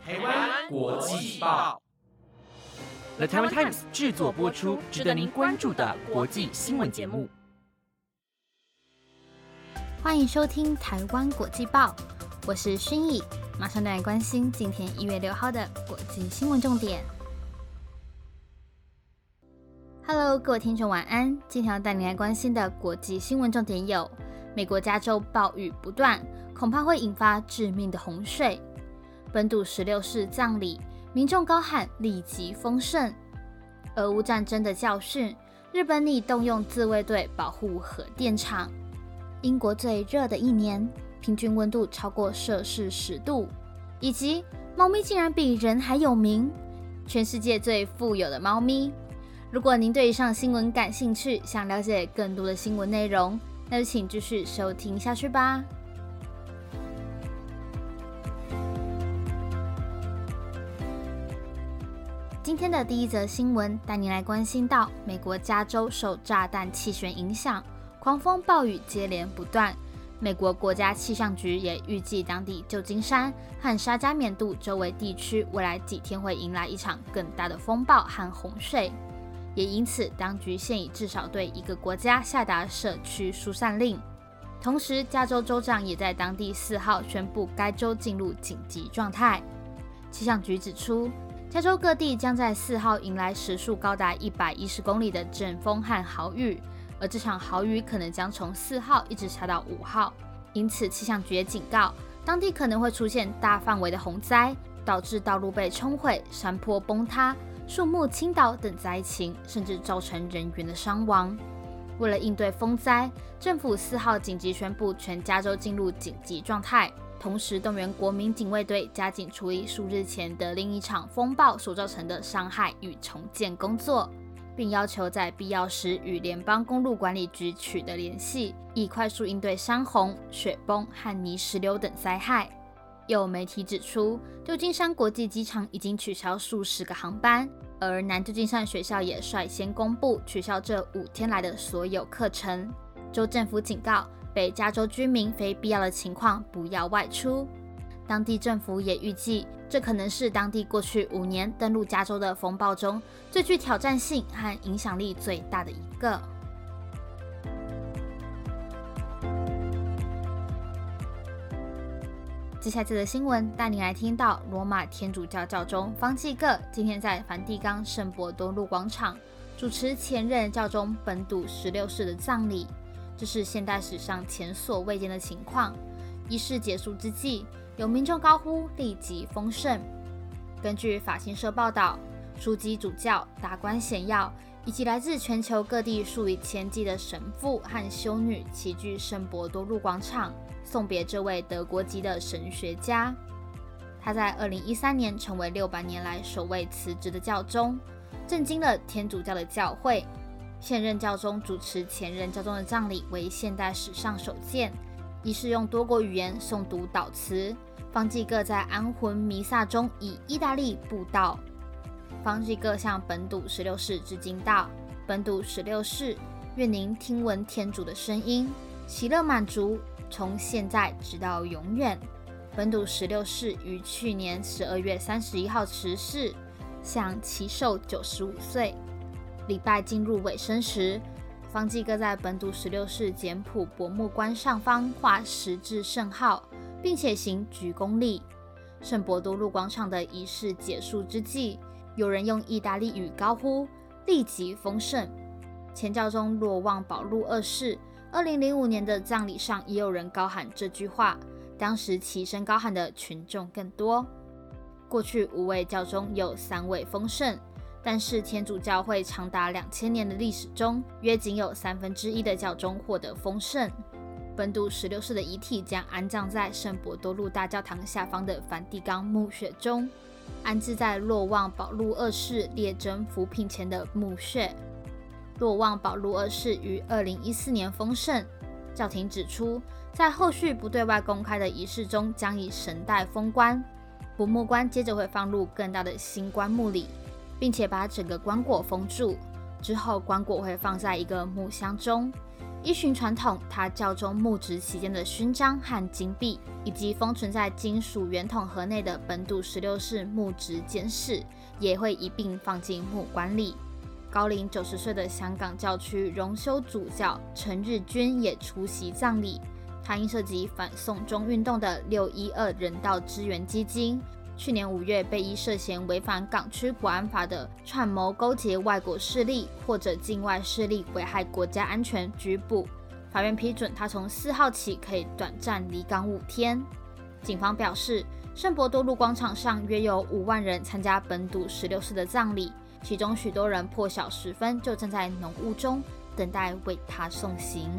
台湾国际报 The Taiwan Times 制作播出，值得您关注的国际新闻节目。 欢迎收听台湾国际报，我是薰逸，马上带来关心今天1月6号的国际新闻重点。Hello， 各位听众晚安。今天要带您来关心的国际新闻重点有：美国加州暴雨不断，恐怕会引发致命的洪水；本笃16世葬礼，民众高喊立即丰盛；俄乌战争的教训，日本拟动用自卫队保护核电厂；英国最热的一年，平均温度超过摄氏10度；以及猫咪竟然比人还有名，全世界最富有的猫咪。如果您对以上新闻感兴趣，想了解更多的新闻内容，那就请继续收听下去吧。今天的第一则新闻带您来关心到美国加州受炸弹气旋影响，狂风暴雨接连不断。美国国家气象局也预计当地旧金山和沙加缅度周围地区未来几天会迎来一场更大的风暴和洪水，也因此当局现已至少对一个国家下达社区疏散令。同时加州州长也在当地4号宣布该州进入紧急状态。气象局指出，加州各地将在4号迎来时速高达110公里的阵风和豪雨，而这场豪雨可能将从4号一直下到5号，因此气象局也警告，当地可能会出现大范围的洪灾，导致道路被冲毁、山坡崩塌、树木倾倒等灾情，甚至造成人员的伤亡。为了应对风灾，政府4号紧急宣布全加州进入紧急状态，同时动员国民警卫队加紧处理数日前的另一场风暴所造成的伤害与重建工作，并要求在必要时与联邦公路管理局取得联系，以快速应对山洪、雪崩和泥石流等灾害。有媒体指出，旧金山国际机场已经取消数十个航班，而南旧金山学校也率先公布取消这5天来的所有课程。州政府警告北加州居民非必要的情况不要外出。当地政府也预计，这可能是当地过去5年登陆加州的风暴中最具挑战性和影响力最大的一个。接下来这则新闻带你来听到罗马天主教教宗方济各今天在梵蒂冈圣伯多禄广场主持前任教宗本笃16世的葬礼，这是现代史上前所未见的情况。仪式结束之际，有民众高呼立即丰盛。根据法新社报道，枢机主教、达官显要以及来自全球各地数以千计的神父和修女齐聚圣伯多禄广场，送别这位德国籍的神学家。他在2013年成为600年来首位辞职的教宗，震惊了天主教的教会。现任教宗主持前任教宗的葬礼为现代史上首见，仪式用多国语言诵读祷词。方济各在安魂弥撒中以意大利布道。方济各向本笃16世致敬道：本笃16世，愿您听闻天主的声音，喜乐满足，从现在直到永远。本笃16世于去年12月31号辞世，享其寿95岁。礼拜进入尾声时，方济各在本笃16世简朴薄木棺上方画十字圣号，并且行鞠躬礼。圣伯多禄广场的仪式结束之际，有人用意大利语高呼立即丰盛。前教宗若望保禄2世2005年的葬礼上也有人高喊这句话，当时齐声高喊的群众更多。过去5位教宗有3位丰盛，但是天主教会长达2000年的历史中，约仅有1/3的教宗获得丰盛。本笃16世的遗体将安葬在圣伯多禄大教堂下方的梵蒂冈墓穴中，安置在若望保禄2世列征扶贫前的墓穴。若望保禄2世于2014年丰盛，教廷指出，在后续不对外公开的仪式中将以神代封棺，不木棺接着会放入更大的新棺木里，并且把整个棺椁封住，之后棺椁会放在一个木箱中， 依循传统，它教宗木质期间的勋章和金币，以及封存在金属圆筒盒内的本笃16世木质简史，也会一并放进木棺里。高龄90岁的香港教区荣休主教陈日君也出席葬礼。他因涉及反送中运动的612人道支援基金，去年5月被依涉嫌违反港区国安法的串谋勾结外国势力或者境外势力危害国家安全拘捕。法院批准他从4号起可以短暂离港5天。警方表示，圣伯多禄广场上约有5万人参加本笃16世的葬礼，其中许多人破晓时分就站在浓雾中等待为他送行。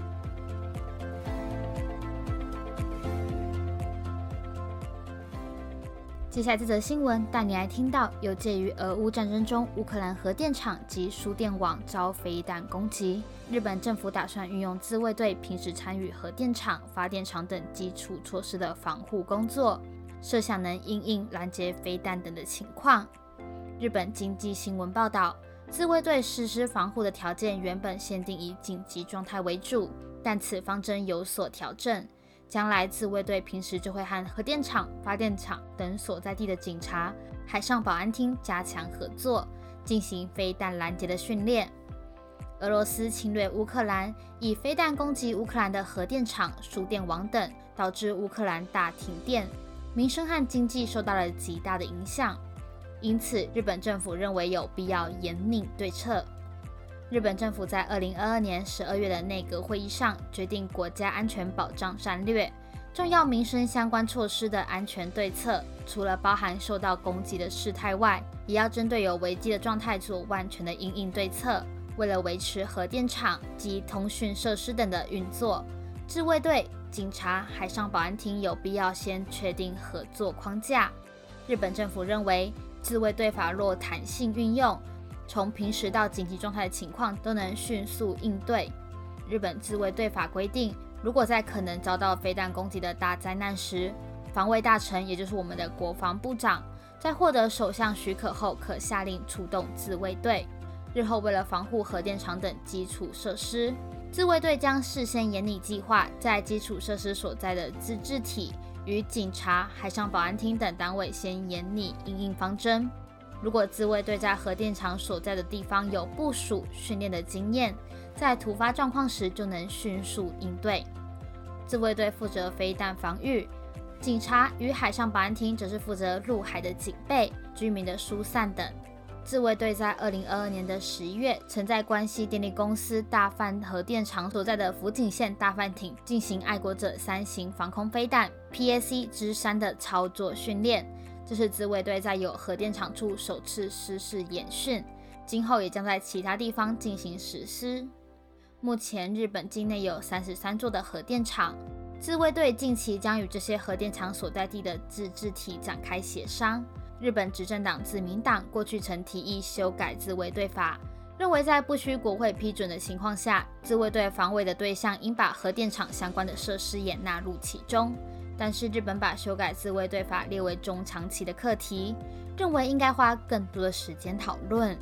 接下来这则新闻带你来听到，有介于俄乌战争中，乌克兰核电厂及输电网遭飞弹攻击。日本政府打算运用自卫队平时参与核电厂、发电厂等基础措施的防护工作，设想能因应拦截飞弹等的情况。日本经济新闻报道，自卫队实施防护的条件原本限定以紧急状态为主，但此方针有所调整。将来自卫队平时就会和核电厂、发电厂等所在地的警察、海上保安厅加强合作，进行飞弹拦截的训练。俄罗斯侵略乌克兰，以飞弹攻击乌克兰的核电厂、输电网等，导致乌克兰大停电，民生和经济受到了极大的影响。因此，日本政府认为有必要严拟对策。日本政府在2022年12月的内阁会议上决定国家安全保障战略，重要民生相关措施的安全对策，除了包含受到攻击的事态外，也要针对有危机的状态做万全的因应对策。为了维持核电厂及通讯设施等的运作，自卫队、警察、海上保安厅有必要先确定合作框架。日本政府认为，自卫队法若弹性运用，从平时到紧急状态的情况都能迅速应对。日本自卫队法规定，如果在可能遭到飞弹攻击的大灾难时，防卫大臣，也就是我们的国防部长，在获得首相许可后，可下令出动自卫队。日后为了防护核电厂等基础设施，自卫队将事先研拟计划，在基础设施所在的自治体与警察、海上保安厅等单位先研拟因应方针。如果自卫队在核电厂所在的地方有部署训练的经验，在突发状况时就能迅速应对。自卫队负责飞弹防御，警察与海上保安厅则是负责陆海的警备、居民的疏散等。自卫队在2022年的11月，曾在关西电力公司大范核电厂所在的福井县大范町进行爱国者3型防空飞弹 PAC 之3的操作训练。这是自卫队在有核电厂处首次实施演训，今后也将在其他地方进行实施。目前日本境内有33座的核电厂，自卫队近期将与这些核电厂所在地的自治体展开协商。日本执政党自民党过去曾提议修改自卫队法，认为在不需国会批准的情况下，自卫队防卫的对象应把核电厂相关的设施也纳入其中。但是日本把修改自卫队法列为中长期的课题，认为应该花更多的时间讨论。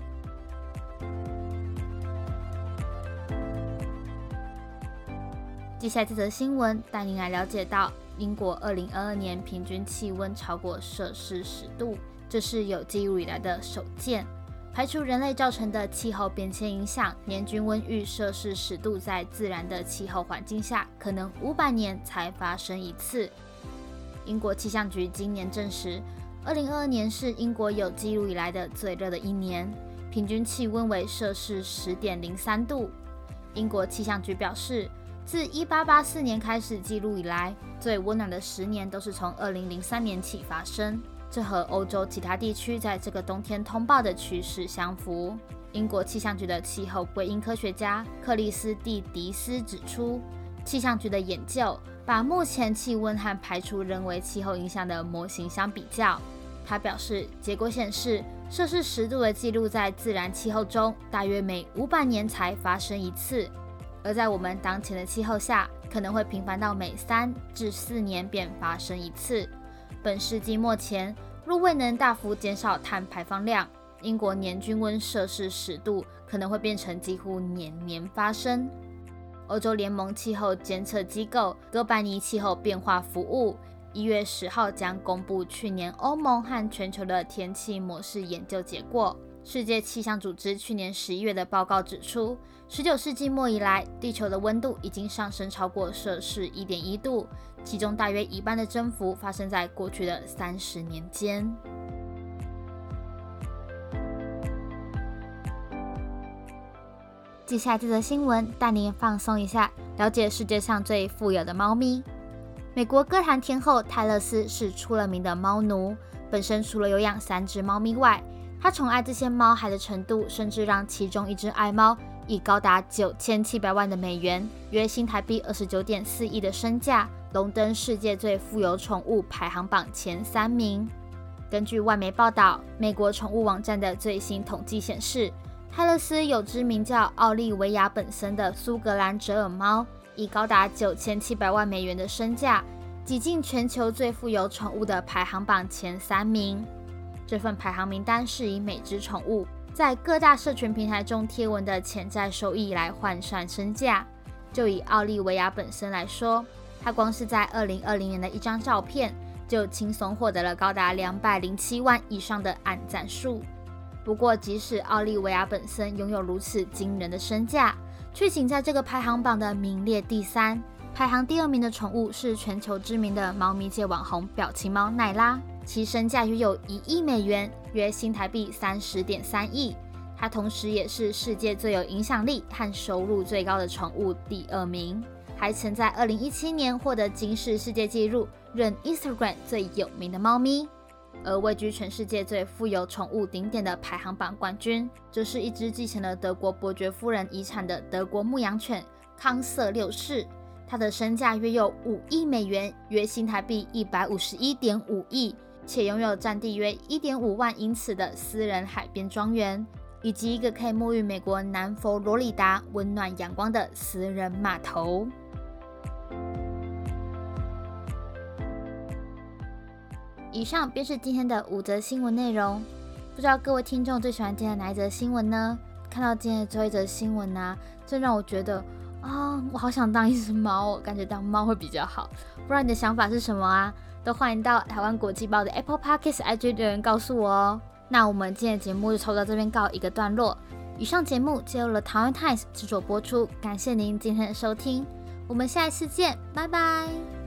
接下来这则新闻带您来了解到，英国2022年平均气温超过摄氏10度，这是有记录以来的首见。排除人类造成的气候变迁影响，年均温遇摄氏10度在自然的气候环境下，可能500年才发生一次。英国气象局今年证实，2022年是英国有记录以来的最热的一年，平均气温为摄氏10.03度。英国气象局表示，自1884年开始记录以来，最温暖的10年都是从2003年起发生，这和欧洲其他地区在这个冬天通报的趋势相符。英国气象局的气候归因科学家克里斯蒂迪斯指出，气象局的研究把目前气温和排除人为气候影响的模型相比较。他表示，结果显示，摄氏10度的记录在自然气候中大约每500年才发生一次，而在我们当前的气候下，可能会频繁到每3至4年便发生一次。本世纪末前，若未能大幅减少碳排放量，英国年均温摄氏10度可能会变成几乎年年发生。 欧洲联盟气候监测机构哥白尼气候变化服务1月10号将公布去年欧盟和全球的天气模式研究结果。世界气象组织去年11月的报告指出，19世纪末以来，地球的温度已经上升超过摄氏 1.1 度，其中大约一半的增幅发生在过去的30年间。接下来这则新闻带您放松一下，了解世界上最富有的猫咪。美国歌坛天后泰勒斯是出了名的猫奴，本身除了有养3只猫咪外，她宠爱这些猫孩的程度，甚至让其中一只爱猫以高达9700万的美元，约新台币29.4亿的身价，荣登世界最富有宠物排行榜前3名。根据外媒报道，美国宠物网站的最新统计显示，泰勒斯有只名叫奥利维亚本森的苏格兰折耳猫，以高达9700万美元的身价，挤进全球最富有宠物的排行榜前3名。这份排行名单是以每只宠物在各大社群平台中贴文的潜在收益来换算身价。就以奥利维亚本身来说，他光是在2020年的一张照片，就轻松获得了高达207万以上的按赞数。不过，即使奥利维亚本身拥有如此惊人的身价，却仅在这个排行榜的名列第3。排行第2名的宠物是全球知名的猫咪界网红表情猫奈拉，其身价约有1亿美元，约新台币30.3亿。它同时也是世界最有影响力和收入最高的宠物第2名，还曾在2017年获得吉尼斯世界纪录，任 Instagram 最有名的猫咪。而位居全世界最富有宠物顶点的排行榜冠军，则是一只继承了德国伯爵夫人遗产的德国牧羊犬康瑟六世，它的身价约有5亿美元，约新台币151.5亿，且拥有占地约1.5万英尺的私人海边庄园，以及一个可以沐浴美国南佛罗里达温暖阳光的私人码头。以上便是今天的5则新闻内容。不知道各位听众最喜欢今天的哪一则新闻呢？看到今天的最后一则新闻啊，这让我觉得我好想当一只猫哦，感觉当猫会比较好。不知道你的想法是什么啊？都欢迎到台湾国际报的 Apple Podcast IG 留言告诉我哦。那我们今天的节目就抽到这边告一个段落。以上节目皆由了台湾 Times 制作播出，感谢您今天的收听，我们下一次见，拜拜。